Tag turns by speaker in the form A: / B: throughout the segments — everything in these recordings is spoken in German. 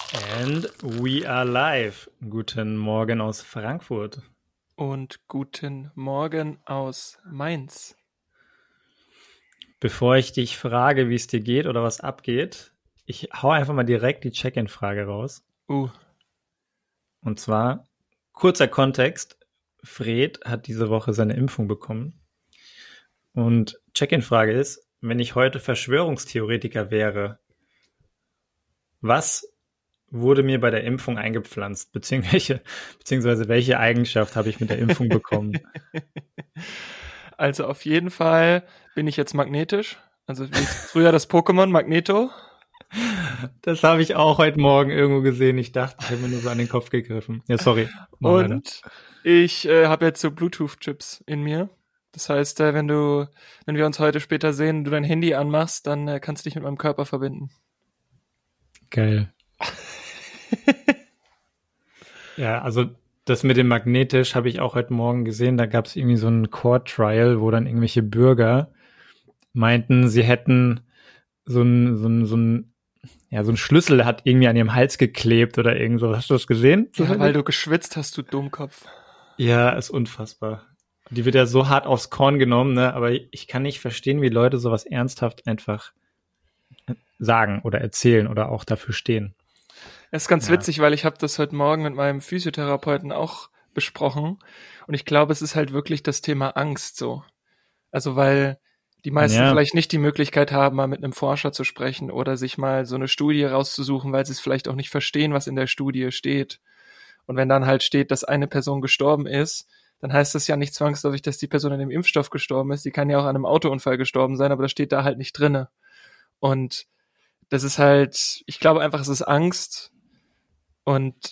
A: And we are live. Guten Morgen aus Frankfurt.
B: Und guten Morgen aus Mainz.
A: Bevor ich dich frage, wie es dir geht oder was abgeht, ich hau einfach mal direkt die Check-in-Frage raus. Und zwar, kurzer Kontext, Fred hat diese Woche seine Impfung bekommen. Und Check-in-Frage ist, wenn ich heute Verschwörungstheoretiker wäre, was wurde mir bei der Impfung eingepflanzt? Beziehungsweise welche Eigenschaft habe ich mit der Impfung bekommen?
B: Also auf jeden Fall bin ich jetzt magnetisch. Also wie früher das Pokémon Magneto.
A: Das habe ich auch heute Morgen irgendwo gesehen. Ich dachte, ich habe mir nur so an den Kopf gegriffen. Ja, sorry.
B: Und ich habe jetzt so Bluetooth-Chips in mir. Das heißt, wenn wir uns heute später sehen, du dein Handy anmachst, dann kannst du dich mit meinem Körper verbinden.
A: Geil. Ja, also das mit dem magnetisch habe ich auch heute Morgen gesehen. Da gab es irgendwie so ein Court-Trial, wo dann irgendwelche Bürger meinten, sie hätten so ein Schlüssel hat irgendwie an ihrem Hals geklebt oder irgend so. Hast du das gesehen?
B: Ja, weil du geschwitzt hast, du Dummkopf.
A: Ja, ist unfassbar. Die wird ja so hart aufs Korn genommen, ne? Aber ich kann nicht verstehen, wie Leute sowas ernsthaft einfach sagen oder erzählen oder auch dafür stehen.
B: Es ist ganz witzig, weil ich habe das heute Morgen mit meinem Physiotherapeuten auch besprochen und ich glaube, es ist halt wirklich das Thema Angst so. Also weil die meisten vielleicht nicht die Möglichkeit haben, mal mit einem Forscher zu sprechen oder sich mal so eine Studie rauszusuchen, weil sie es vielleicht auch nicht verstehen, was in der Studie steht. Und wenn dann halt steht, dass eine Person gestorben ist, dann heißt das ja nicht zwangsläufig, dass die Person an dem Impfstoff gestorben ist. Die kann ja auch an einem Autounfall gestorben sein, aber das steht da halt nicht drinne. Und das ist halt, ich glaube einfach, es ist Angst. Und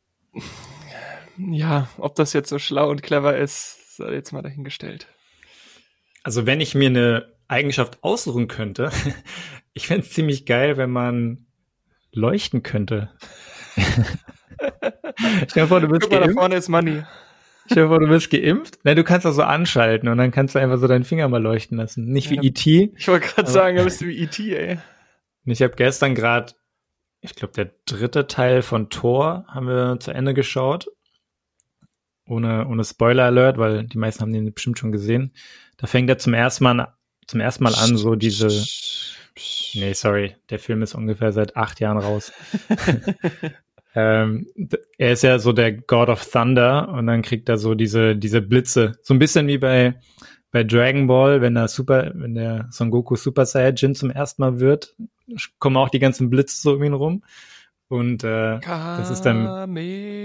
B: ja, ob das jetzt so schlau und clever ist, sei jetzt mal dahingestellt.
A: Also wenn ich mir eine Eigenschaft aussuchen könnte, ich fände es ziemlich geil, wenn man leuchten könnte. Stell dir vor, du bist
B: geimpft. Da vorne ist Money.
A: Stell dir vor, du bist geimpft. Na, du kannst das so anschalten und dann kannst du einfach so deinen Finger mal leuchten lassen. Nicht wie E.T.
B: Ich wollte gerade sagen, da bist du wie E.T., ey.
A: Ich habe gestern gerade, ich glaube, der 3. Teil von Thor haben wir zu Ende geschaut. Ohne Spoiler-Alert, weil die meisten haben den bestimmt schon gesehen. Da fängt er zum ersten Mal an, so diese... Nee, sorry, der Film ist ungefähr seit 8 Jahren raus. Er ist ja so der God of Thunder und dann kriegt er so diese Blitze. So ein bisschen wie bei Dragon Ball, wenn der Son Goku Super Saiyajin zum ersten Mal wird, kommen auch die ganzen Blitze so um ihn rum. Und das ist dann...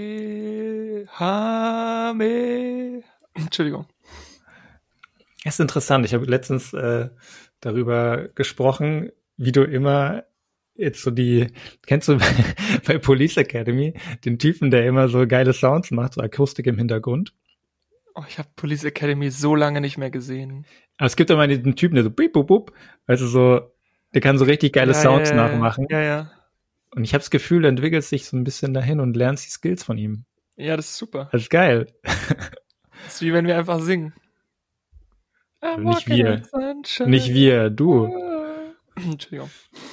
B: Entschuldigung.
A: Es ist interessant. Ich habe letztens darüber gesprochen, wie du immer jetzt so kennst du bei Police Academy den Typen, der immer so geile Sounds macht, so Akustik im Hintergrund?
B: Oh, ich habe Police Academy so lange nicht mehr gesehen.
A: Aber es gibt immer diesen Typen, der so bip, bup, bup, weißt du, so, der kann so richtig geile Sounds nachmachen.
B: Ja.
A: Und ich habe das Gefühl, du entwickelst dich so ein bisschen dahin und lernst die Skills von ihm.
B: Ja, das ist super.
A: Das ist geil.
B: Das ist wie wenn wir einfach singen.
A: Nicht wir, du.
B: Entschuldigung.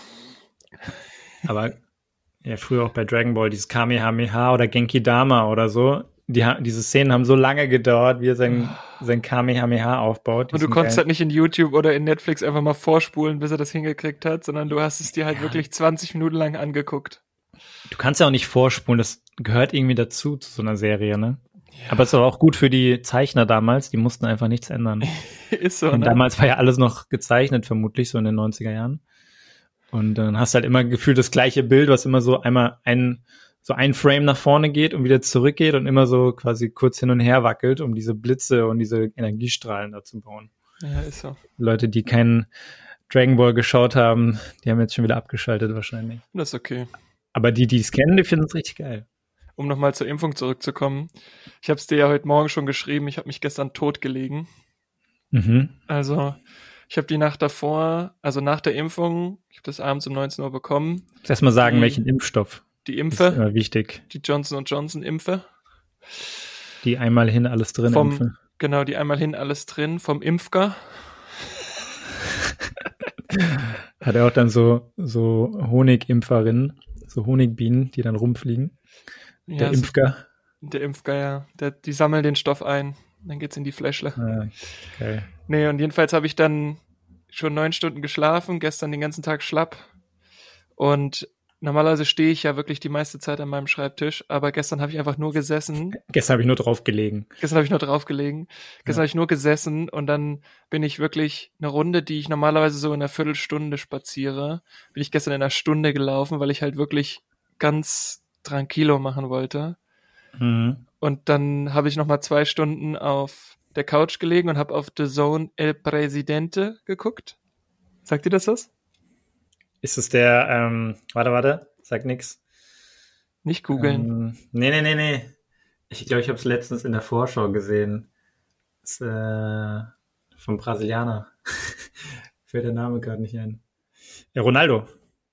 A: Aber ja, früher auch bei Dragon Ball, dieses Kamehameha oder Genki Dama oder so, diese Szenen haben so lange gedauert, wie er sein Kamehameha aufbaut.
B: Und du konntest halt nicht in YouTube oder in Netflix einfach mal vorspulen, bis er das hingekriegt hat, sondern du hast es dir halt wirklich 20 Minuten lang angeguckt.
A: Du kannst ja auch nicht vorspulen, das gehört irgendwie dazu, zu so einer Serie, ne? Ja. Aber es ist auch gut für die Zeichner damals, die mussten einfach nichts ändern.
B: Ist so,
A: und
B: ne?
A: Damals war ja alles noch gezeichnet, vermutlich, so in den 90er Jahren. Und dann hast du halt immer gefühlt das gleiche Bild, was immer so einmal ein Frame nach vorne geht und wieder zurückgeht und immer so quasi kurz hin und her wackelt, um diese Blitze und diese Energiestrahlen da zu bauen.
B: Ja, ist so.
A: Leute, die keinen Dragon Ball geschaut haben, die haben jetzt schon wieder abgeschaltet wahrscheinlich.
B: Das ist okay.
A: Aber die es kennen, die finden es richtig geil.
B: Um nochmal zur Impfung zurückzukommen. Ich habe es dir ja heute Morgen schon geschrieben, ich habe mich gestern totgelegen.
A: Mhm.
B: Also ich habe die Nacht davor, also nach der Impfung, ich habe das abends um 19 Uhr bekommen.
A: Erstmal sagen, welchen Impfstoff.
B: Die Impfe.
A: Das ist immer wichtig.
B: Die Johnson & Johnson Impfe.
A: Die einmal hin, alles drin Impfe.
B: Genau, die einmal hin, alles drin vom Impfger.
A: Hat er auch dann so Honigimpferinnen, So Honigbienen, die dann rumfliegen.
B: Ja,
A: Der Impfger.
B: Der Impfger, ja. Die sammeln den Stoff ein. Dann geht's in die Fläschle.
A: Ja, geil.
B: Nee, und jedenfalls habe ich dann schon 9 Stunden geschlafen, gestern den ganzen Tag schlapp. Und normalerweise stehe ich ja wirklich die meiste Zeit an meinem Schreibtisch, aber gestern habe ich einfach nur gesessen.
A: Gestern habe ich nur draufgelegen.
B: Gestern habe ich nur gesessen und dann bin ich wirklich eine Runde, die ich normalerweise so in einer Viertelstunde spaziere, bin ich gestern in einer Stunde gelaufen, weil ich halt wirklich ganz tranquilo machen wollte.
A: Mhm.
B: Und dann habe ich nochmal 2 Stunden auf der Couch gelegen und habe auf The Zone El Presidente geguckt. Sagt dir das was?
A: Ist es der, warte, sag nix.
B: Nicht googeln.
A: Nee. Ich glaube, ich habe es letztens in der Vorschau gesehen. Das, vom Brasilianer. Fällt der Name gerade nicht ein. Ja, Ronaldo.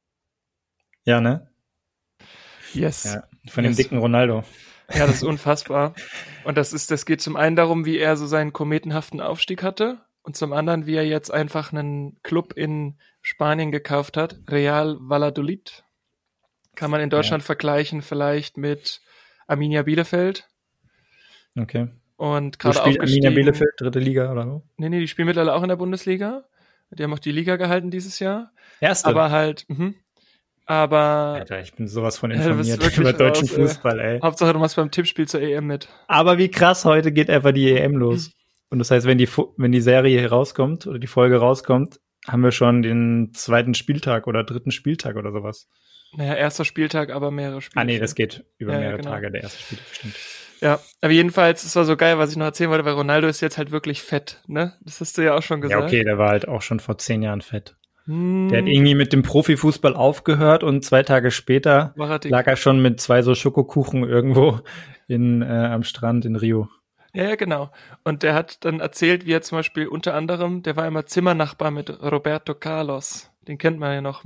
A: Ja, ne?
B: Yes.
A: Ja, von dem dicken Ronaldo.
B: Ja, das ist unfassbar. Und das geht zum einen darum, wie er so seinen kometenhaften Aufstieg hatte und zum anderen, wie er jetzt einfach einen Club in Spanien gekauft hat, Real Valladolid. Kann man in Deutschland vergleichen vielleicht mit Arminia Bielefeld.
A: Okay.
B: Und gerade aufgestiegen.
A: Arminia Bielefeld, 3. Liga oder so?
B: Nee, die spielen mittlerweile auch in der Bundesliga. Die haben auch die Liga gehalten dieses Jahr.
A: Erste?
B: Aber halt, aber...
A: Alter, ich bin sowas von informiert über deutschen Fußball, ey.
B: Hauptsache, du machst beim Tippspiel zur EM mit.
A: Aber wie krass, heute geht einfach die EM los. Und das heißt, wenn die Serie hier rauskommt oder die Folge rauskommt, haben wir schon den 2. Spieltag oder 3. Spieltag oder sowas.
B: Naja, 1. Spieltag, aber mehrere Spiele.
A: Ah nee, das geht über mehrere
B: genau.
A: Tage, der 1. Spieltag, bestimmt.
B: Ja, aber jedenfalls, es war so geil, was ich noch erzählen wollte, weil Ronaldo ist jetzt halt wirklich fett, ne? Das hast du ja auch schon gesagt.
A: Ja, okay, der war halt auch schon vor 10 Jahren fett. Der hat irgendwie mit dem Profifußball aufgehört und 2 Tage später lag er schon mit 2 so Schokokuchen irgendwo am Strand in Rio.
B: Ja, genau. Und der hat dann erzählt, wie er zum Beispiel unter anderem, der war immer Zimmernachbar mit Roberto Carlos. Den kennt man ja noch,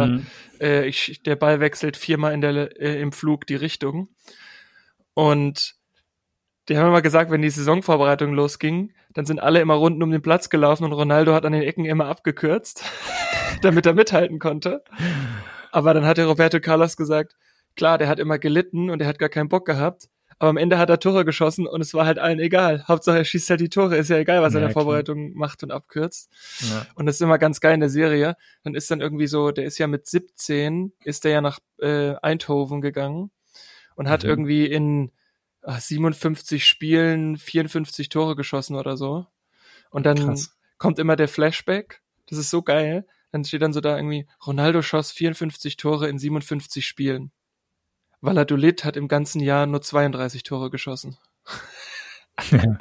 B: der Ball wechselt 4-mal im Flug die Richtung. Und die haben immer gesagt, wenn die Saisonvorbereitung losging, dann sind alle immer runden um den Platz gelaufen und Ronaldo hat an den Ecken immer abgekürzt, damit er mithalten konnte. Aber dann hat der Roberto Carlos gesagt, klar, der hat immer gelitten und er hat gar keinen Bock gehabt, aber am Ende hat er Tore geschossen und es war halt allen egal. Hauptsache er schießt halt die Tore, ist ja egal, was er in der Vorbereitung macht und abkürzt. Ja. Und das ist immer ganz geil in der Serie. Dann ist dann irgendwie so, der ist ja mit 17, ist der ja nach Eindhoven gegangen und hat irgendwie in 57 Spielen 54 Tore geschossen oder so. Und dann kommt immer der Flashback. Das ist so geil. Dann steht dann so da irgendwie, Ronaldo schoss 54 Tore in 57 Spielen. Valladolid hat im ganzen Jahr nur 32 Tore geschossen. Ja.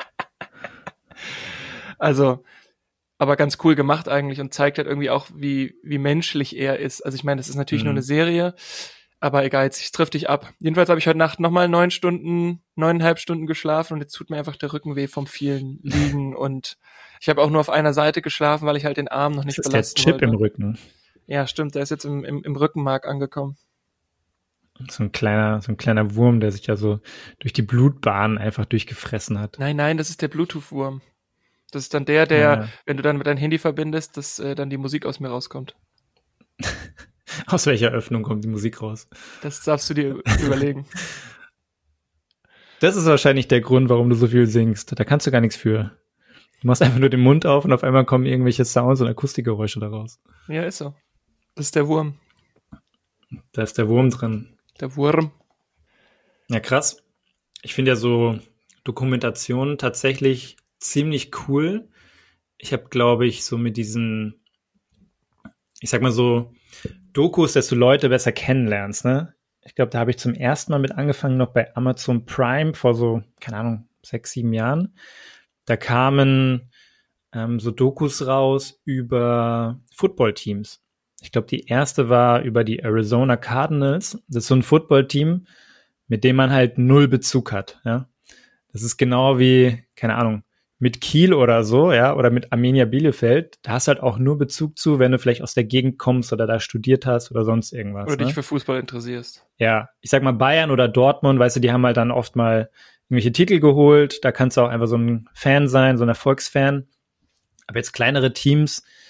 B: Also, aber ganz cool gemacht eigentlich und zeigt halt irgendwie auch, wie menschlich er ist. Also ich meine, das ist natürlich nur eine Serie, aber egal, jetzt trifft dich ab. Jedenfalls habe ich heute Nacht nochmal 9,5 Stunden geschlafen und jetzt tut mir einfach der Rücken weh vom vielen Liegen und ich habe auch nur auf einer Seite geschlafen, weil ich halt den Arm noch nicht belasten wollte. Das ist der Chip im Rücken. Ja, stimmt, der ist jetzt im Rückenmark angekommen.
A: So ein kleiner Wurm, der sich ja so durch die Blutbahn einfach durchgefressen hat.
B: Nein, das ist der Bluetooth-Wurm. Das ist dann der, wenn du dann mit deinem Handy verbindest, dass dann die Musik aus mir rauskommt.
A: Aus welcher Öffnung kommt die Musik raus?
B: Das darfst du dir überlegen.
A: Das ist wahrscheinlich der Grund, warum du so viel singst. Da kannst du gar nichts für. Du machst einfach nur den Mund auf und auf einmal kommen irgendwelche Sounds und Akustikgeräusche da raus.
B: Ja, ist so. Das ist der Wurm.
A: Da ist der Wurm drin.
B: Der Wurm.
A: Ja, krass. Ich finde ja so Dokumentationen tatsächlich ziemlich cool. Ich habe, glaube ich, so mit diesen, ich sag mal so, Dokus, dass du Leute besser kennenlernst, ne? Ich glaube, da habe ich zum ersten Mal mit angefangen, noch bei Amazon Prime vor so, keine Ahnung, 6, 7 Jahren. Da kamen so Dokus raus über Footballteams. Ich glaube, die erste war über die Arizona Cardinals. Das ist so ein Footballteam, mit dem man halt 0 Bezug hat, ja. Das ist genau wie, keine Ahnung, mit Kiel oder so, ja, oder mit Arminia Bielefeld. Da hast du halt auch nur Bezug zu, wenn du vielleicht aus der Gegend kommst oder da studiert hast oder sonst irgendwas.
B: Oder dich für Fußball interessierst.
A: Ja, ich sag mal Bayern oder Dortmund, weißt du, die haben halt dann oft mal irgendwelche Titel geholt. Da kannst du auch einfach so ein Fan sein, so ein Erfolgsfan. Aber jetzt kleinere Teams,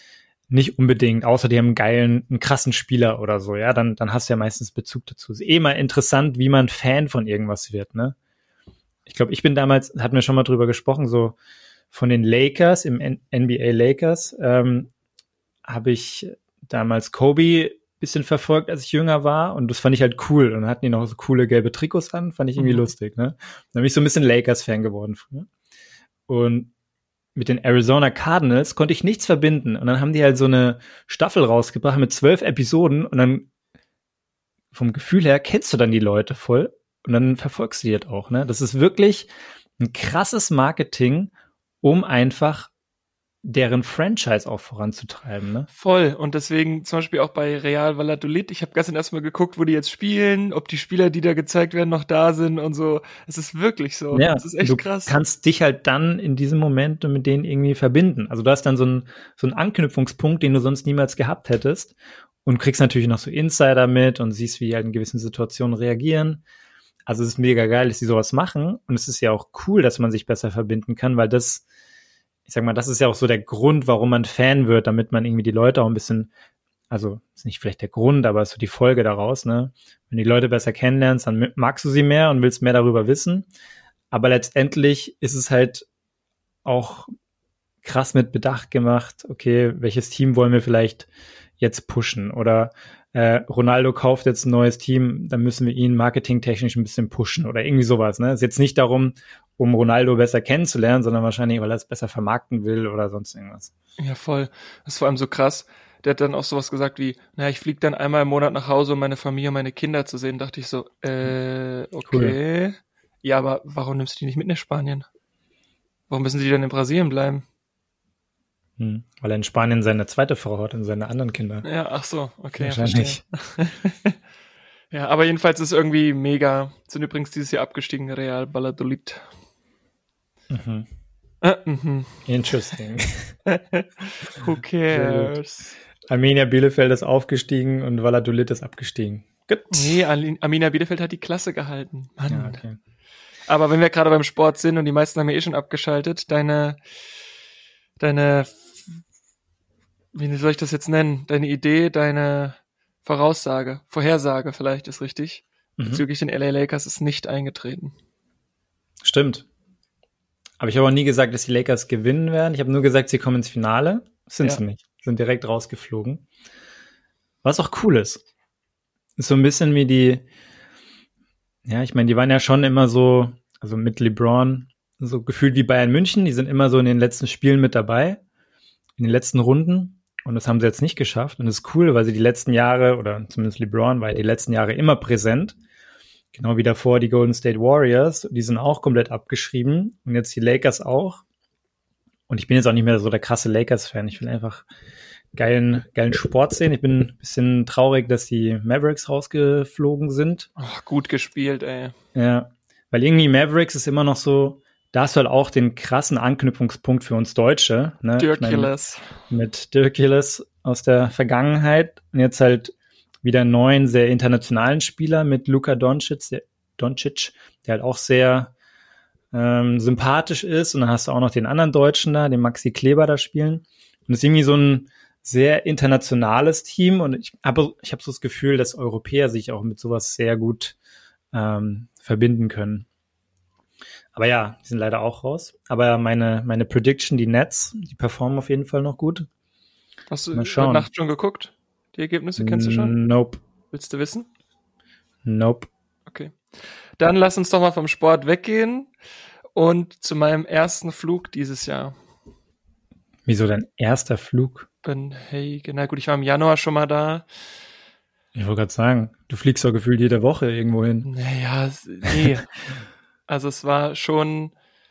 A: nicht unbedingt, außer die haben einen krassen Spieler oder so, ja, dann hast du ja meistens Bezug dazu. Ist mal interessant, wie man Fan von irgendwas wird, ne? Ich glaube, ich bin damals, hatten wir schon mal drüber gesprochen, so von den Lakers, im NBA Lakers, habe ich damals Kobe bisschen verfolgt, als ich jünger war, und das fand ich halt cool. Und dann hatten die noch so coole gelbe Trikots an, fand ich irgendwie lustig, ne? Dann bin ich so ein bisschen Lakers-Fan geworden früher. Und mit den Arizona Cardinals konnte ich nichts verbinden. Und dann haben die halt so eine Staffel rausgebracht mit 12 Episoden, und dann vom Gefühl her kennst du dann die Leute voll und dann verfolgst du die halt auch, ne? Das ist wirklich ein krasses Marketing, um einfach deren Franchise auch voranzutreiben, ne?
B: Voll. Und deswegen zum Beispiel auch bei Real Valladolid. Ich habe gestern erstmal geguckt, wo die jetzt spielen, ob die Spieler, die da gezeigt werden, noch da sind und so. Es ist wirklich so.
A: Ja,
B: es ist echt krass.
A: Du kannst dich halt dann in diesem Moment mit denen irgendwie verbinden. Also du hast dann so einen Anknüpfungspunkt, den du sonst niemals gehabt hättest, und kriegst natürlich noch so Insider mit und siehst, wie die halt in gewissen Situationen reagieren. Also es ist mega geil, dass die sowas machen, und es ist ja auch cool, dass man sich besser verbinden kann, weil das, ich sag mal, das ist ja auch so der Grund, warum man Fan wird, damit man irgendwie die Leute auch ein bisschen, also ist nicht vielleicht der Grund, aber ist so die Folge daraus, ne? Wenn du die Leute besser kennenlernst, dann magst du sie mehr und willst mehr darüber wissen. Aber letztendlich ist es halt auch krass mit Bedacht gemacht, okay, welches Team wollen wir vielleicht jetzt pushen? Oder Ronaldo kauft jetzt ein neues Team, dann müssen wir ihn marketingtechnisch ein bisschen pushen oder irgendwie sowas, ne? Ist jetzt nicht darum, um Ronaldo besser kennenzulernen, sondern wahrscheinlich, weil er es besser vermarkten will oder sonst irgendwas.
B: Ja, voll. Das ist vor allem so krass. Der hat dann auch sowas gesagt wie, naja, ich fliege dann einmal im Monat nach Hause, um meine Familie und meine Kinder zu sehen. Dachte ich so, okay. Cool. Ja, aber warum nimmst du die nicht mit nach Spanien? Warum müssen sie dann in Brasilien bleiben?
A: Weil er in Spanien seine zweite Frau hat und seine anderen Kinder.
B: Ja, ach so, okay.
A: Wahrscheinlich.
B: Ja, ja, aber jedenfalls ist irgendwie mega. Sind übrigens dieses Jahr abgestiegen, Real Valladolid.
A: Interesting.
B: Who cares?
A: Arminia Bielefeld ist aufgestiegen und Valladolid ist abgestiegen.
B: Gut. Nee, Arminia Bielefeld hat die Klasse gehalten. Mann.
A: Ja, okay.
B: Aber wenn wir gerade beim Sport sind und die meisten haben ja eh schon abgeschaltet, deine, wie soll ich das jetzt nennen? Deine Idee, deine Vorhersage vielleicht ist richtig, bezüglich den LA Lakers ist nicht eingetreten.
A: Stimmt. Aber ich habe auch nie gesagt, dass die Lakers gewinnen werden. Ich habe nur gesagt, sie kommen ins Finale. Sind sie nicht. Sind direkt rausgeflogen. Was auch cool ist. Ist so ein bisschen wie die, ja, ich meine, die waren ja schon immer so, also mit LeBron, so gefühlt wie Bayern München. Die sind immer so in den letzten Spielen mit dabei, in den letzten Runden. Und das haben sie jetzt nicht geschafft. Und das ist cool, weil sie die letzten Jahre, oder zumindest LeBron war ja die letzten Jahre immer präsent. Genau wie davor die Golden State Warriors. Die sind auch komplett abgeschrieben. Und jetzt die Lakers auch. Und ich bin jetzt auch nicht mehr so der krasse Lakers-Fan. Ich will einfach geilen Sport sehen. Ich bin ein bisschen traurig, dass die Mavericks rausgeflogen sind.
B: Ach, gut gespielt, ey.
A: Ja, weil irgendwie Mavericks ist immer noch so, da hast du halt auch den krassen Anknüpfungspunkt für uns Deutsche. Ne?
B: Dirkulus.
A: Mit Dirkulus aus der Vergangenheit. Und jetzt halt wieder einen neuen, sehr internationalen Spieler mit Luka Doncic, der halt auch sehr sympathisch ist. Und dann hast du auch noch den anderen Deutschen da, den Maxi Kleber da spielen. Und das ist irgendwie so ein sehr internationales Team. Und ich hab so das Gefühl, dass Europäer sich auch mit sowas sehr gut verbinden können. Aber ja, die sind leider auch raus. Aber meine Prediction, die Nets, die performen auf jeden Fall noch gut.
B: Hast du heute Nacht schon geguckt? Die Ergebnisse kennst du schon?
A: Nope.
B: Willst du wissen?
A: Nope.
B: Okay. Dann lass uns doch mal vom Sport weggehen und zu meinem ersten Flug dieses Jahr.
A: Wieso dein erster Flug?
B: Genau, gut, ich war im Januar schon mal da.
A: Ich wollte gerade sagen, du fliegst doch gefühlt jede Woche irgendwo hin.
B: Naja, nee. Also es war schon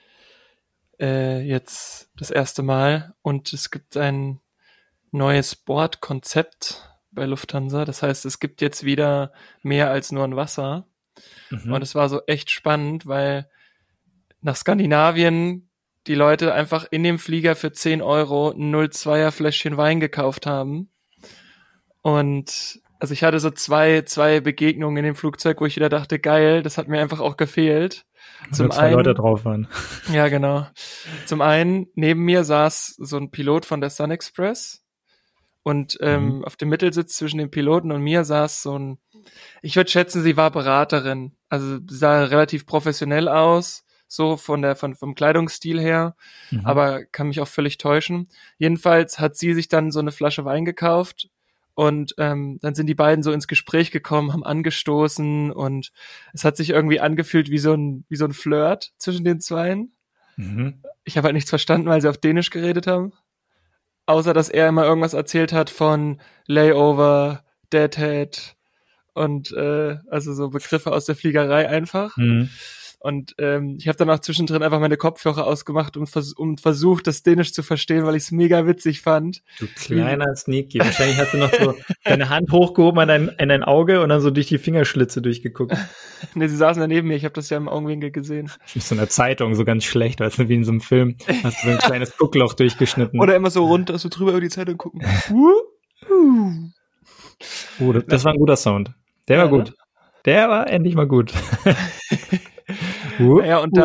B: jetzt das erste Mal und es gibt ein neues Bordkonzept bei Lufthansa. Das heißt, es gibt jetzt wieder mehr als nur ein Wasser. Und es war so echt spannend, weil nach Skandinavien die Leute einfach in dem Flieger für 10 € ein 0,2er Fläschchen Wein gekauft haben. Und also ich hatte so zwei Begegnungen in dem Flugzeug, wo ich wieder dachte, geil, das hat mir einfach auch gefehlt.
A: Zum zwei einen, Leute drauf waren.
B: Ja, genau. Zum einen, neben mir saß so ein Pilot von der Sun Express Und auf dem Mittelsitz zwischen dem Piloten und mir saß so ein, ich würde schätzen, sie war Beraterin. Also sie sah relativ professionell aus, so vom Kleidungsstil her, aber kann mich auch völlig täuschen. Jedenfalls hat sie sich dann so eine Flasche Wein gekauft und dann sind die beiden so ins Gespräch gekommen, haben angestoßen und es hat sich irgendwie angefühlt wie so ein Flirt zwischen den Zweien. Ich habe halt nichts verstanden, weil sie auf Dänisch geredet haben. Außer, dass er immer irgendwas erzählt hat von Layover, Deadhead und also so Begriffe aus der Fliegerei einfach. Und ich habe dann auch zwischendrin einfach meine Kopfhörer ausgemacht und versucht, das Dänisch zu verstehen, weil ich es mega witzig fand.
A: Du kleiner Sneaky. Wahrscheinlich hast du noch so deine Hand hochgehoben an dein Auge und dann so durch die Fingerschlitze durchgeguckt.
B: Nee, sie saßen da neben mir. Ich habe das ja im Augenwinkel gesehen.
A: Wie so einer Zeitung, so ganz schlecht, weißt du, wie in so einem Film. Hast du so ein kleines Guckloch durchgeschnitten.
B: Oder immer so runter, so drüber über die Zeitung gucken.
A: Das war ein guter Sound. Der war gut. Der war endlich mal gut.
B: Ja, und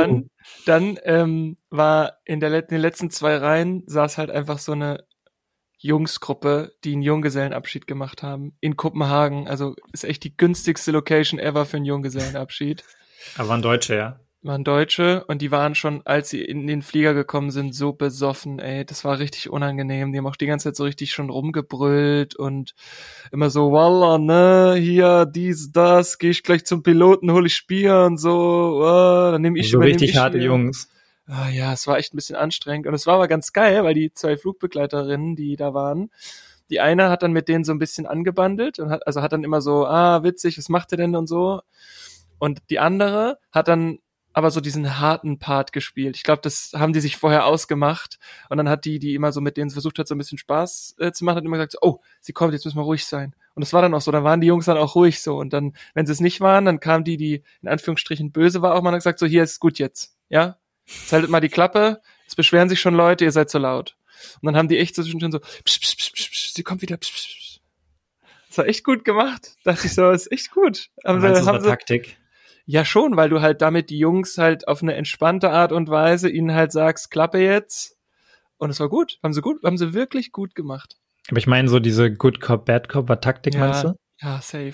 B: dann war in den letzten 2 Reihen saß halt einfach so eine Jungsgruppe, die einen Junggesellenabschied gemacht haben in Kopenhagen. Also ist echt die günstigste Location ever für einen Junggesellenabschied.
A: Aber waren Deutsche, ja.
B: Waren Deutsche und die waren schon, als sie in den Flieger gekommen sind, so besoffen, ey. Das war richtig unangenehm. Die haben auch die ganze Zeit so richtig schon rumgebrüllt und immer so, Wallah, ne, hier, dies, das, geh ich gleich zum Piloten, hol ich Bier und so, dann nehme ich
A: so richtig harte Jungs.
B: Ja, es war echt ein bisschen anstrengend und es war aber ganz geil, weil die 2 Flugbegleiterinnen, die da waren, die eine hat dann mit denen so ein bisschen angebandelt und hat dann immer so, witzig, was macht ihr denn und so. Und die andere hat dann aber so diesen harten Part gespielt. Ich glaube, das haben die sich vorher ausgemacht und dann hat die immer so mit denen versucht hat, so ein bisschen Spaß zu machen, hat immer gesagt, so, oh, sie kommt, jetzt müssen wir ruhig sein. Und das war dann auch so, dann waren die Jungs dann auch ruhig so und dann, wenn sie es nicht waren, dann kam die in Anführungsstrichen böse war, auch mal gesagt, so, hier ist gut jetzt, ja? Jetzt haltet mal die Klappe, es beschweren sich schon Leute, ihr seid so laut. Und dann haben die echt so zwischendrin so, psch, psch, psch, psch, psch, sie kommt wieder, psch, psch, psch. Das war echt gut gemacht. Dachte ich so, das ist echt gut.
A: Das war Taktik?
B: Ja schon, weil du halt damit die Jungs halt auf eine entspannte Art und Weise ihnen halt sagst, Klappe jetzt. Und es war gut. Haben sie wirklich gut gemacht.
A: Aber ich meine, so diese Good Cop, Bad Cop war Taktik, meinst du?
B: Ja, safe.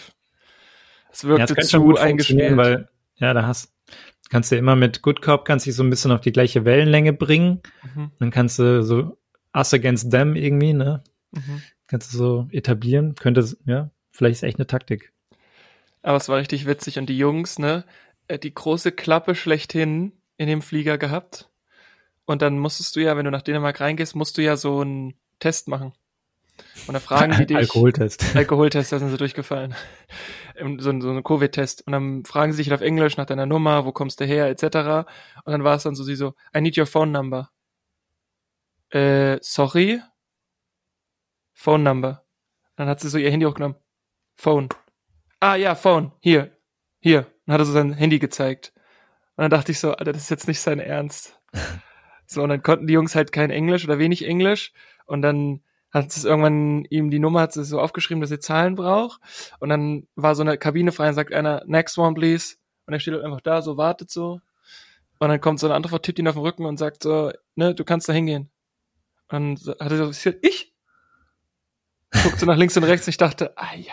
B: Es wirkte zu eingespielt.
A: Weil, kannst du immer mit Good Cop, kannst dich so ein bisschen auf die gleiche Wellenlänge bringen. Dann kannst du so Us against them irgendwie, ne? Kannst du so etablieren. Vielleicht ist echt eine Taktik.
B: Aber es war richtig witzig. Und die Jungs, ne, die große Klappe schlechthin in dem Flieger gehabt. Und dann musstest du ja, wenn du nach Dänemark reingehst, musst du ja so einen Test machen. Und da fragen die dich.
A: Alkoholtest,
B: da sind sie durchgefallen. So ein Covid-Test. Und dann fragen sie dich halt auf Englisch nach deiner Nummer, wo kommst du her, etc. Und dann war es dann so, sie so, I need your phone number. Sorry? Phone number. Dann hat sie so ihr Handy hochgenommen. Phone. Ja, Phone. Hier. Und hat er so sein Handy gezeigt. Und dann dachte ich so, Alter, das ist jetzt nicht sein Ernst. So, und dann konnten die Jungs halt kein Englisch oder wenig Englisch. Und dann hat es irgendwann ihm die Nummer, hat sie so aufgeschrieben, dass sie Zahlen braucht. Und dann war so eine Kabine frei und sagt einer, next one, please. Und er steht halt einfach da, so wartet so. Und dann kommt so eine andere Frau, tippt ihn auf den Rücken und sagt so, ne, du kannst da hingehen. Und dann hat er so, ich? Guckt so nach links und rechts und ich dachte, ai.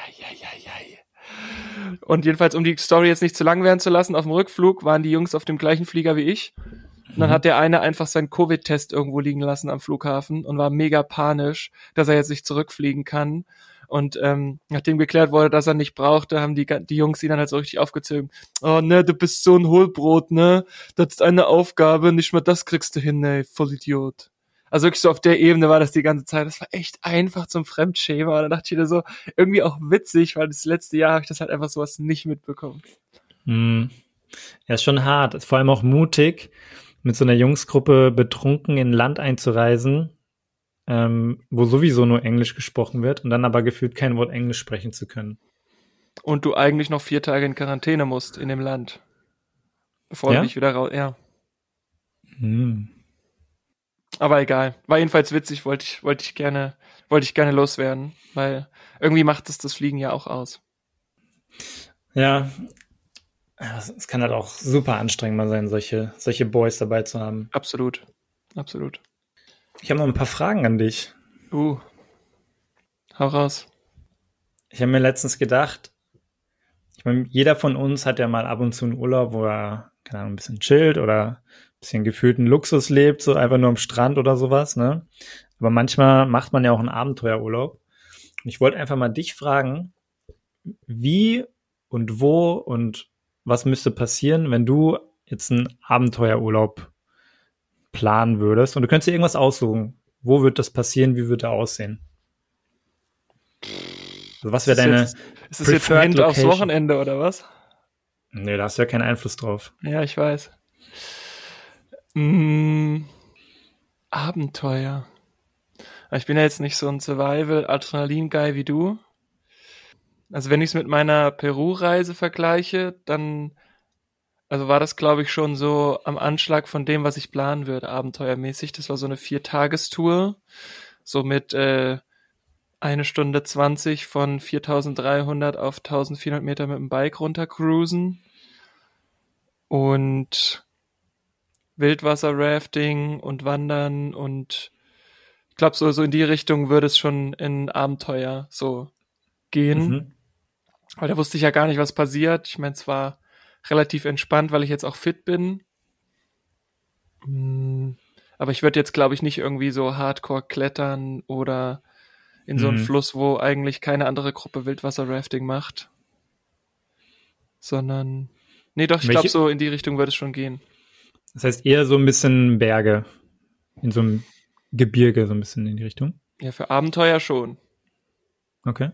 B: Und jedenfalls, um die Story jetzt nicht zu lang werden zu lassen, auf dem Rückflug waren die Jungs auf dem gleichen Flieger wie ich. Und dann hat der eine einfach seinen Covid-Test irgendwo liegen lassen am Flughafen und war mega panisch, dass er jetzt nicht zurückfliegen kann. Und nachdem geklärt wurde, dass er nicht brauchte, haben die Jungs ihn dann halt so richtig aufgezogen. Oh ne, du bist so ein Hohlbrot, ne? Das ist eine Aufgabe, nicht mal das kriegst du hin, ne, Vollidiot. Also wirklich so auf der Ebene war das die ganze Zeit. Das war echt einfach zum Fremdschämen. Aber dann dachte ich wieder so, irgendwie auch witzig, weil das letzte Jahr habe ich das halt einfach sowas nicht mitbekommen.
A: Ja, ist schon hart. Ist vor allem auch mutig, mit so einer Jungsgruppe betrunken in ein Land einzureisen, wo sowieso nur Englisch gesprochen wird und dann aber gefühlt kein Wort Englisch sprechen zu können.
B: Und du eigentlich noch 4 Tage in Quarantäne musst in dem Land. Bevor du dich wieder raus... Ja. Aber egal. War jedenfalls witzig, wollte ich gerne loswerden, weil irgendwie macht es das Fliegen ja auch aus.
A: Ja, es kann halt auch super anstrengend mal sein, solche Boys dabei zu haben.
B: Absolut.
A: Ich habe noch ein paar Fragen an dich.
B: Hau raus.
A: Ich habe mir letztens gedacht, ich meine, jeder von uns hat ja mal ab und zu einen Urlaub, wo er, keine Ahnung, ein bisschen chillt oder ein bisschen gefühlten Luxus lebt, so einfach nur am Strand oder sowas, ne? Aber manchmal macht man ja auch einen Abenteuerurlaub. Und ich wollte einfach mal dich fragen, wie und wo und was müsste passieren, wenn du jetzt einen Abenteuerurlaub planen würdest und du könntest dir irgendwas aussuchen. Wo wird das passieren? Wie wird er aussehen? Also was wäre deine
B: Ist das jetzt ein Hint aufs Wochenende oder was?
A: Nee, da hast du ja keinen Einfluss drauf.
B: Ja, ich weiß. Abenteuer. Ich bin ja jetzt nicht so ein Survival-Adrenalin-Guy wie du. Also wenn ich es mit meiner Peru-Reise vergleiche, dann also war das, glaube ich, schon so am Anschlag von dem, was ich planen würde, abenteuermäßig. Das war so eine 4-Tagestour, so mit 1 Stunde 20 von 4.300 auf 1.400 Meter mit dem Bike runter cruisen und Wildwasser-Rafting und Wandern und ich glaube, so in die Richtung würde es schon in Abenteuer so gehen.
A: Mhm.
B: Weil da wusste ich ja gar nicht, was passiert. Ich meine, es war relativ entspannt, weil ich jetzt auch fit bin. Aber ich würde jetzt, glaube ich, nicht irgendwie so hardcore klettern oder in so einen Fluss, wo eigentlich keine andere Gruppe Wildwasser-Rafting macht. Sondern, nee doch, ich glaube, so in die Richtung würde es schon gehen.
A: Das heißt eher so ein bisschen Berge, in so einem Gebirge so ein bisschen in die Richtung?
B: Ja, für Abenteuer schon.
A: Okay.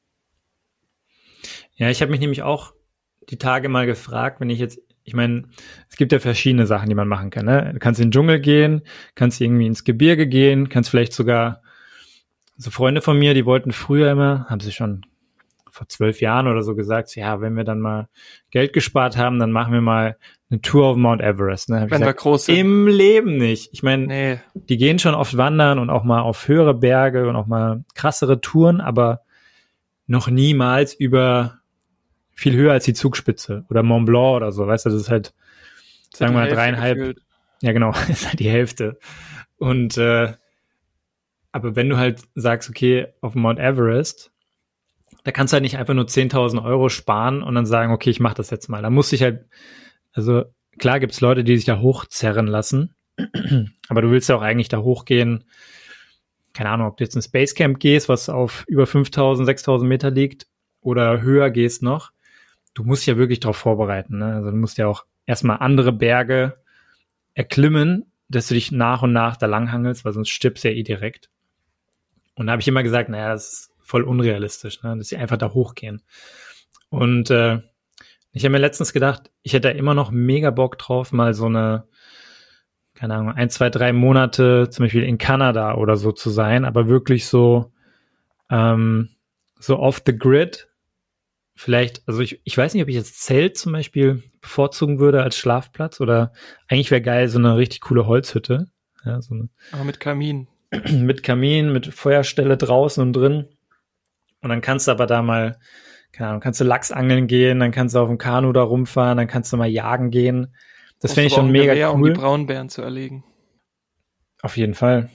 A: Ja, ich habe mich nämlich auch die Tage mal gefragt, wenn ich meine, es gibt ja verschiedene Sachen, die man machen kann, ne? Du kannst in den Dschungel gehen, kannst irgendwie ins Gebirge gehen, kannst vielleicht sogar, so Freunde von mir, die wollten früher immer, haben sie schon vor 12 Jahren oder so gesagt, ja, wenn wir dann mal Geld gespart haben, dann machen wir mal eine Tour auf Mount Everest. Ne?
B: Wenn wir groß sind.
A: Im Leben nicht. Ich meine, Die gehen schon oft wandern und auch mal auf höhere Berge und auch mal krassere Touren, aber noch niemals über viel höher als die Zugspitze oder Mont Blanc oder so, weißt du, das ist halt, sagen wir mal, 3,5. Gefühlt. Ja, genau, ist halt die Hälfte. Und aber wenn du halt sagst, okay, auf Mount Everest, da kannst du halt nicht einfach nur 10.000 Euro sparen und dann sagen, okay, ich mache das jetzt mal. Da muss ich halt, also klar gibt's Leute, die sich da hochzerren lassen, aber du willst ja auch eigentlich da hochgehen, keine Ahnung, ob du jetzt ins Basecamp gehst, was auf über 5.000, 6.000 Meter liegt oder höher gehst noch, du musst dich ja wirklich darauf vorbereiten. Ne? Also du musst ja auch erstmal andere Berge erklimmen, dass du dich nach und nach da langhangelst, weil sonst stirbst du ja eh direkt. Und da habe ich immer gesagt, naja, das ist voll unrealistisch, ne? Dass sie einfach da hochgehen. Und ich habe mir letztens gedacht, ich hätte da immer noch mega Bock drauf, mal so eine, keine Ahnung, 1, 2, 3 Monate zum Beispiel in Kanada oder so zu sein, aber wirklich so so off the grid. Vielleicht, also ich weiß nicht, ob ich jetzt Zelt zum Beispiel bevorzugen würde als Schlafplatz oder eigentlich wäre geil so eine richtig coole Holzhütte. Ja, so eine,
B: aber mit Kamin.
A: Mit Kamin, mit Feuerstelle draußen und drin. Und dann kannst du aber da mal, keine Ahnung, kannst du Lachs angeln gehen, dann kannst du auf dem Kanu da rumfahren, dann kannst du mal jagen gehen. Das finde ich schon mega cool.
B: Um die Braunbären zu erlegen.
A: Auf jeden Fall.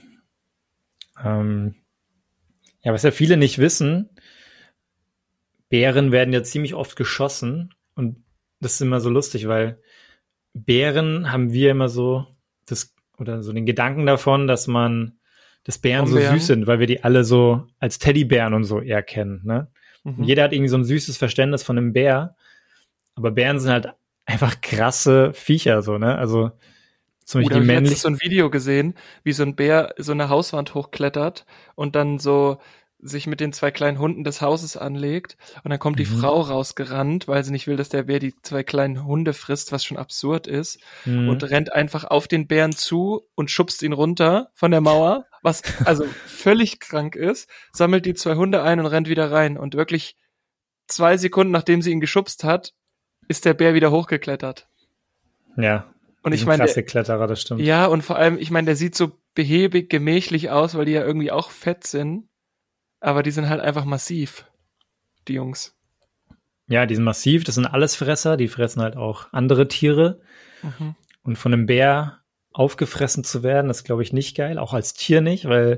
A: Ja, was ja viele nicht wissen, Bären werden ja ziemlich oft geschossen und das ist immer so lustig, weil Bären haben wir immer so oder so den Gedanken davon, dass Bären so süß sind, weil wir die alle so als Teddybären und so eher kennen, ne? Und jeder hat irgendwie so ein süßes Verständnis von einem Bär, aber Bären sind halt einfach krasse Viecher, so, ne? Also zum Beispiel
B: die männlichen. Ich habe so ein Video gesehen, wie so ein Bär so eine Hauswand hochklettert und dann so sich mit den 2 kleinen Hunden des Hauses anlegt und dann kommt die Frau rausgerannt, weil sie nicht will, dass der Bär die 2 kleinen Hunde frisst, was schon absurd ist, und rennt einfach auf den Bären zu und schubst ihn runter von der Mauer, was also völlig krank ist, sammelt die 2 Hunde ein und rennt wieder rein und wirklich 2 Sekunden, nachdem sie ihn geschubst hat, ist der Bär wieder hochgeklettert.
A: Ja,
B: und ich meine,
A: klasse Kletterer, das stimmt.
B: Ja, und vor allem, ich meine, der sieht so behäbig, gemächlich aus, weil die ja irgendwie auch fett sind. Aber die sind halt einfach massiv, die Jungs.
A: Ja, die sind massiv, das sind Allesfresser, die fressen halt auch andere Tiere. Und von einem Bär aufgefressen zu werden, ist, glaube ich, nicht geil, auch als Tier nicht, weil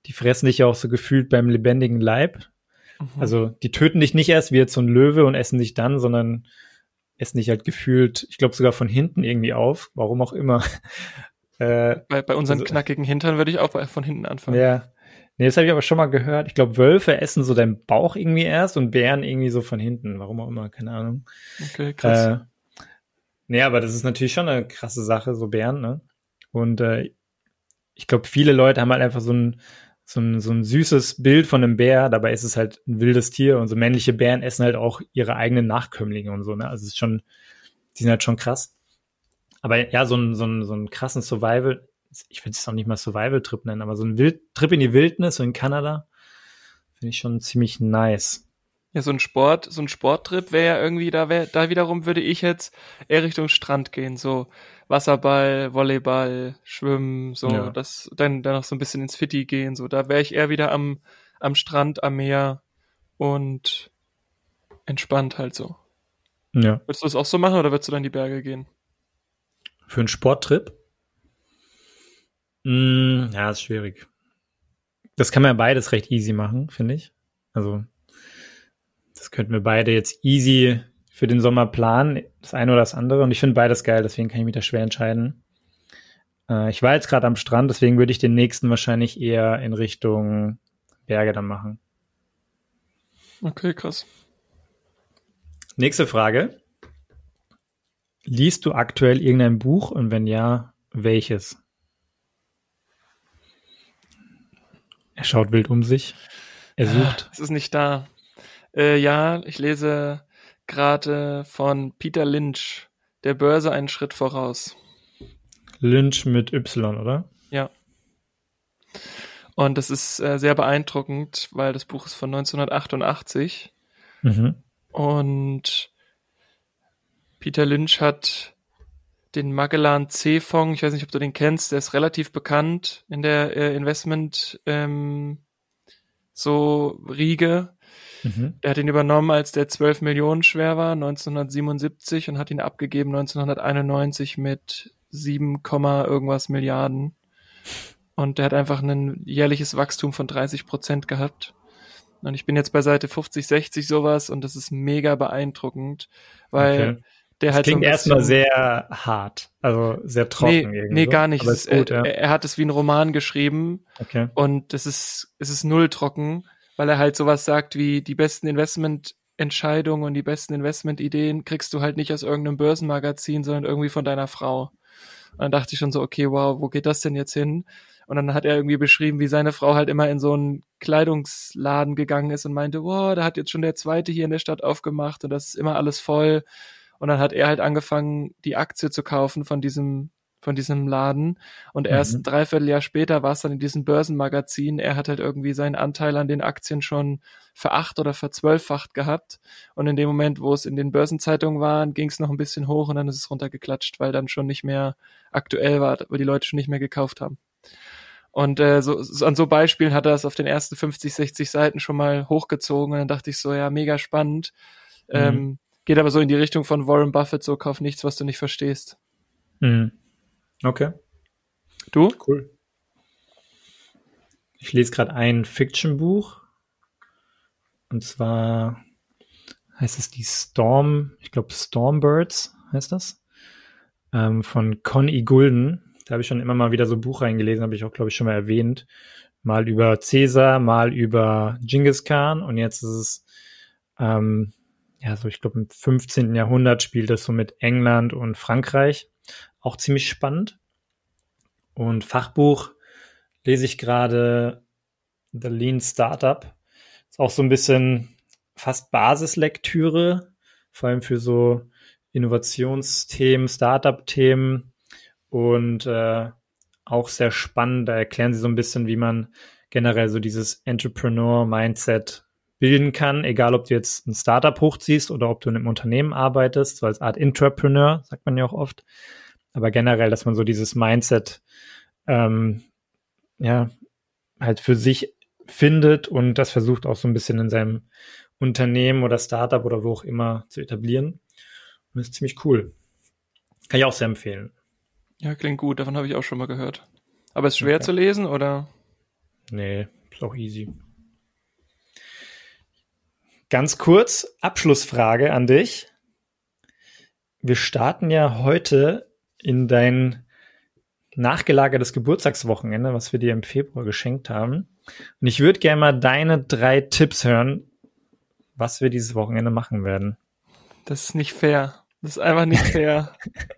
A: die fressen dich ja auch so gefühlt beim lebendigen Leib.
B: Mhm.
A: Also die töten dich nicht erst wie jetzt so ein Löwe und essen dich dann, sondern essen dich halt gefühlt, ich glaube sogar von hinten irgendwie auf, warum auch immer.
B: Bei unseren knackigen Hintern würde ich auch von hinten anfangen.
A: Ja, nee, das habe ich aber schon mal gehört. Ich glaube, Wölfe essen so deinen Bauch irgendwie erst und Bären irgendwie so von hinten, warum auch immer, keine Ahnung.
B: Okay, krass.
A: Nee, aber das ist natürlich schon eine krasse Sache, so Bären, ne? Und ich glaube, viele Leute haben halt einfach so ein süßes Bild von einem Bär, dabei ist es halt ein wildes Tier und so männliche Bären essen halt auch ihre eigenen Nachkömmlinge und so, ne? Also es ist schon, die sind halt schon krass. Aber ja, so einen krassen Survival, ich will es auch nicht mal Survival-Trip nennen, aber so ein Trip in die Wildnis, so in Kanada, finde ich schon ziemlich nice.
B: Ja, so ein Sporttrip wäre ja irgendwie, da wiederum würde ich jetzt eher Richtung Strand gehen, so Wasserball, Volleyball, Schwimmen, so,
A: Ja.
B: das, dann noch so ein bisschen ins Fitti gehen, so, da wäre ich eher wieder am Strand, am Meer und entspannt halt so.
A: Ja.
B: Würdest du das auch so machen oder würdest du dann in die Berge gehen?
A: Für einen Sporttrip? Ja, ist schwierig. Das kann man ja beides recht easy machen, finde ich. Also, das könnten wir beide jetzt easy für den Sommer planen, das eine oder das andere. Und ich finde beides geil, deswegen kann ich mich da schwer entscheiden. Ich war jetzt gerade am Strand, deswegen würde ich den nächsten wahrscheinlich eher in Richtung Berge dann machen.
B: Okay, krass.
A: Nächste Frage. Liest du aktuell irgendein Buch und wenn ja, welches? Er schaut wild um sich. Er sucht.
B: Es ist nicht da. Ja, ich lese gerade von Peter Lynch, Der Börse einen Schritt voraus.
A: Lynch mit Y, oder?
B: Ja. Und das ist sehr beeindruckend, weil das Buch ist von 1988.
A: Mhm.
B: Und Peter Lynch hat den Magellan C-Fonds, ich weiß nicht, ob du den kennst, der ist relativ bekannt in der Investment so Riege.
A: Mhm.
B: Er hat ihn übernommen, als der 12 Millionen schwer war, 1977 und hat ihn abgegeben 1991 mit 7, irgendwas Milliarden. Und der hat einfach ein jährliches Wachstum von 30% gehabt. Und ich bin jetzt bei Seite 50, 60 sowas und das ist mega beeindruckend, weil der
A: das
B: halt
A: klingt
B: so ein
A: erstmal
B: bisschen,
A: sehr hart, also sehr trocken irgendwie.
B: Nee, gar nicht.
A: Aber ist gut, ja.
B: Er hat es wie ein Roman geschrieben
A: Okay.
B: und es ist null trocken, weil er halt sowas sagt wie die besten Investmententscheidungen und die besten Investmentideen kriegst du halt nicht aus irgendeinem Börsenmagazin, sondern irgendwie von deiner Frau. Und dann dachte ich schon so, okay, wow, wo geht das denn jetzt hin? Und dann hat er irgendwie beschrieben, wie seine Frau halt immer in so einen Kleidungsladen gegangen ist und meinte, wow, da hat jetzt schon der zweite hier in der Stadt aufgemacht und das ist immer alles voll. Und dann hat er halt angefangen, die Aktie zu kaufen von diesem Laden. Und erst ein Dreivierteljahr später war es dann in diesem Börsenmagazin. Er hat halt irgendwie seinen Anteil an den Aktien schon ver-8- oder ver-12-facht gehabt. Und in dem Moment, wo es in den Börsenzeitungen war, ging es noch ein bisschen hoch und dann ist es runtergeklatscht, weil dann schon nicht mehr aktuell war, weil die Leute schon nicht mehr gekauft haben. Und an so Beispielen hat er es auf den ersten 50, 60 Seiten schon mal hochgezogen. Und dann dachte ich so, ja, mega spannend. Geht aber so in die Richtung von Warren Buffett, so kauf nichts, was du nicht verstehst.
A: Mhm. Okay.
B: Du?
A: Cool. Ich lese gerade ein Fiction-Buch. Und zwar heißt es ich glaube Stormbirds heißt das. Von Connie Gulden. Da habe ich schon immer mal wieder so ein Buch reingelesen, habe ich auch, glaube ich, schon mal erwähnt. Mal über Caesar, mal über Genghis Khan und jetzt ist es, ich glaube im 15. Jahrhundert spielt das so mit England und Frankreich. Auch ziemlich spannend. Und Fachbuch lese ich gerade The Lean Startup. Ist auch so ein bisschen fast Basislektüre, vor allem für so Innovationsthemen, Startup-Themen und auch sehr spannend. Da erklären sie so ein bisschen, wie man generell so dieses Entrepreneur-Mindset bilden kann, egal ob du jetzt ein Startup hochziehst oder ob du in einem Unternehmen arbeitest, so als Art Intrapreneur, sagt man ja auch oft. Aber generell, dass man so dieses Mindset halt für sich findet und das versucht auch so ein bisschen in seinem Unternehmen oder Startup oder wo auch immer zu etablieren. Und das ist ziemlich cool. Kann ich auch sehr empfehlen.
B: Ja, klingt gut, davon habe ich auch schon mal gehört. Aber ist schwer zu lesen, oder?
A: Nee, ist auch easy. Ganz kurz, Abschlussfrage an dich. Wir starten ja heute in dein nachgelagertes Geburtstagswochenende, was wir dir im Februar geschenkt haben. Und ich würde gerne mal deine 3 Tipps hören, was wir dieses Wochenende machen werden.
B: Das ist nicht fair. Das ist einfach nicht fair.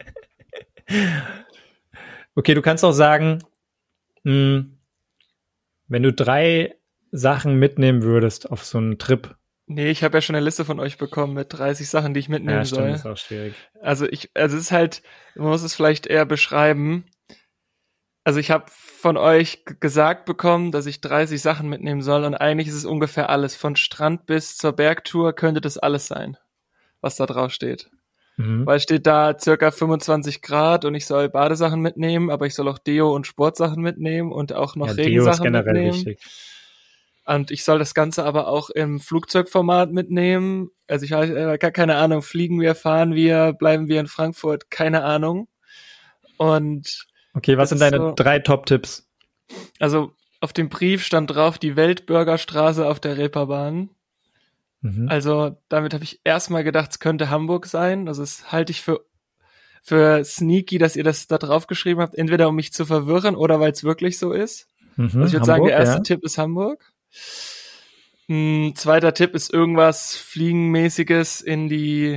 A: Okay, du kannst auch sagen, wenn du 3 Sachen mitnehmen würdest auf so einen Trip.
B: Nee, ich habe ja schon eine Liste von euch bekommen mit 30 Sachen, die ich mitnehmen soll.
A: Ja, stimmt, ist auch schwierig.
B: Also es ist halt, man muss es vielleicht eher beschreiben. Also ich habe von euch gesagt bekommen, dass ich 30 Sachen mitnehmen soll und eigentlich ist es ungefähr alles. Von Strand bis zur Bergtour könnte das alles sein, was da drauf steht. Weil steht da circa 25 Grad und ich soll Badesachen mitnehmen, aber ich soll auch Deo und Sportsachen mitnehmen und auch noch Regensachen
A: Deo ist generell
B: mitnehmen.
A: wichtig.
B: Und ich soll das Ganze aber auch im Flugzeugformat mitnehmen. Also ich habe gar keine Ahnung, fliegen wir, fahren wir, bleiben wir in Frankfurt, keine Ahnung. Und
A: okay, was sind deine 3 Top-Tipps?
B: Also auf dem Brief stand drauf die Weltbürgerstraße auf der Reeperbahn. Also damit habe ich erstmal gedacht, es könnte Hamburg sein. Also das halte ich für sneaky, dass ihr das da drauf geschrieben habt, entweder um mich zu verwirren oder weil es wirklich so ist. Also ich würde sagen, der erste Tipp ist Hamburg. Zweiter Tipp ist irgendwas Fliegenmäßiges in die,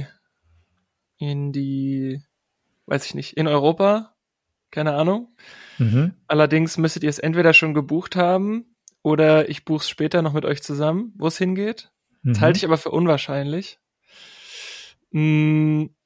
B: weiß ich nicht, in Europa. Keine Ahnung. Allerdings müsstet ihr es entweder schon gebucht haben oder ich buche es später noch mit euch zusammen, wo es hingeht. Das halte ich aber für unwahrscheinlich. Und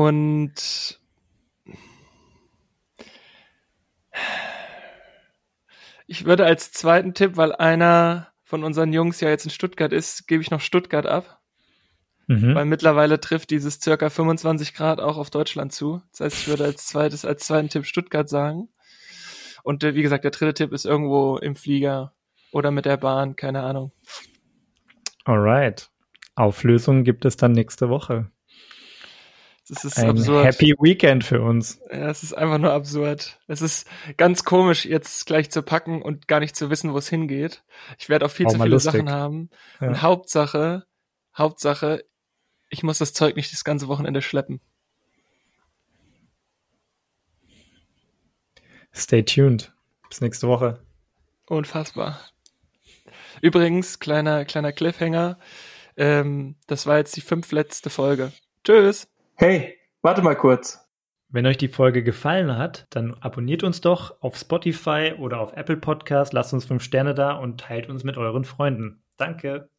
B: ich würde als zweiten Tipp, weil einer von unseren Jungs ja jetzt in Stuttgart ist, gebe ich noch Stuttgart ab. Weil mittlerweile trifft dieses circa 25 Grad auch auf Deutschland zu. Das heißt, ich würde als zweiten Tipp Stuttgart sagen. Und wie gesagt, der dritte Tipp ist irgendwo im Flieger oder mit der Bahn, keine Ahnung.
A: Alright. Auflösung gibt es dann nächste Woche.
B: Das ist
A: ein
B: absurd.
A: Happy Weekend für uns.
B: Ja, es ist einfach nur absurd. Es ist ganz komisch, jetzt gleich zu packen und gar nicht zu wissen, wo es hingeht. Ich werde auch viel zu viele Sachen haben. Ja. Und Hauptsache, ich muss das Zeug nicht das ganze Wochenende schleppen.
A: Stay tuned. Bis nächste Woche.
B: Unfassbar. Übrigens, kleiner Cliffhanger. Das war jetzt die 5. letzte Folge. Tschüss.
C: Hey, warte mal kurz.
A: Wenn euch die Folge gefallen hat, dann abonniert uns doch auf Spotify oder auf Apple Podcast, lasst uns 5 Sterne da und teilt uns mit euren Freunden. Danke.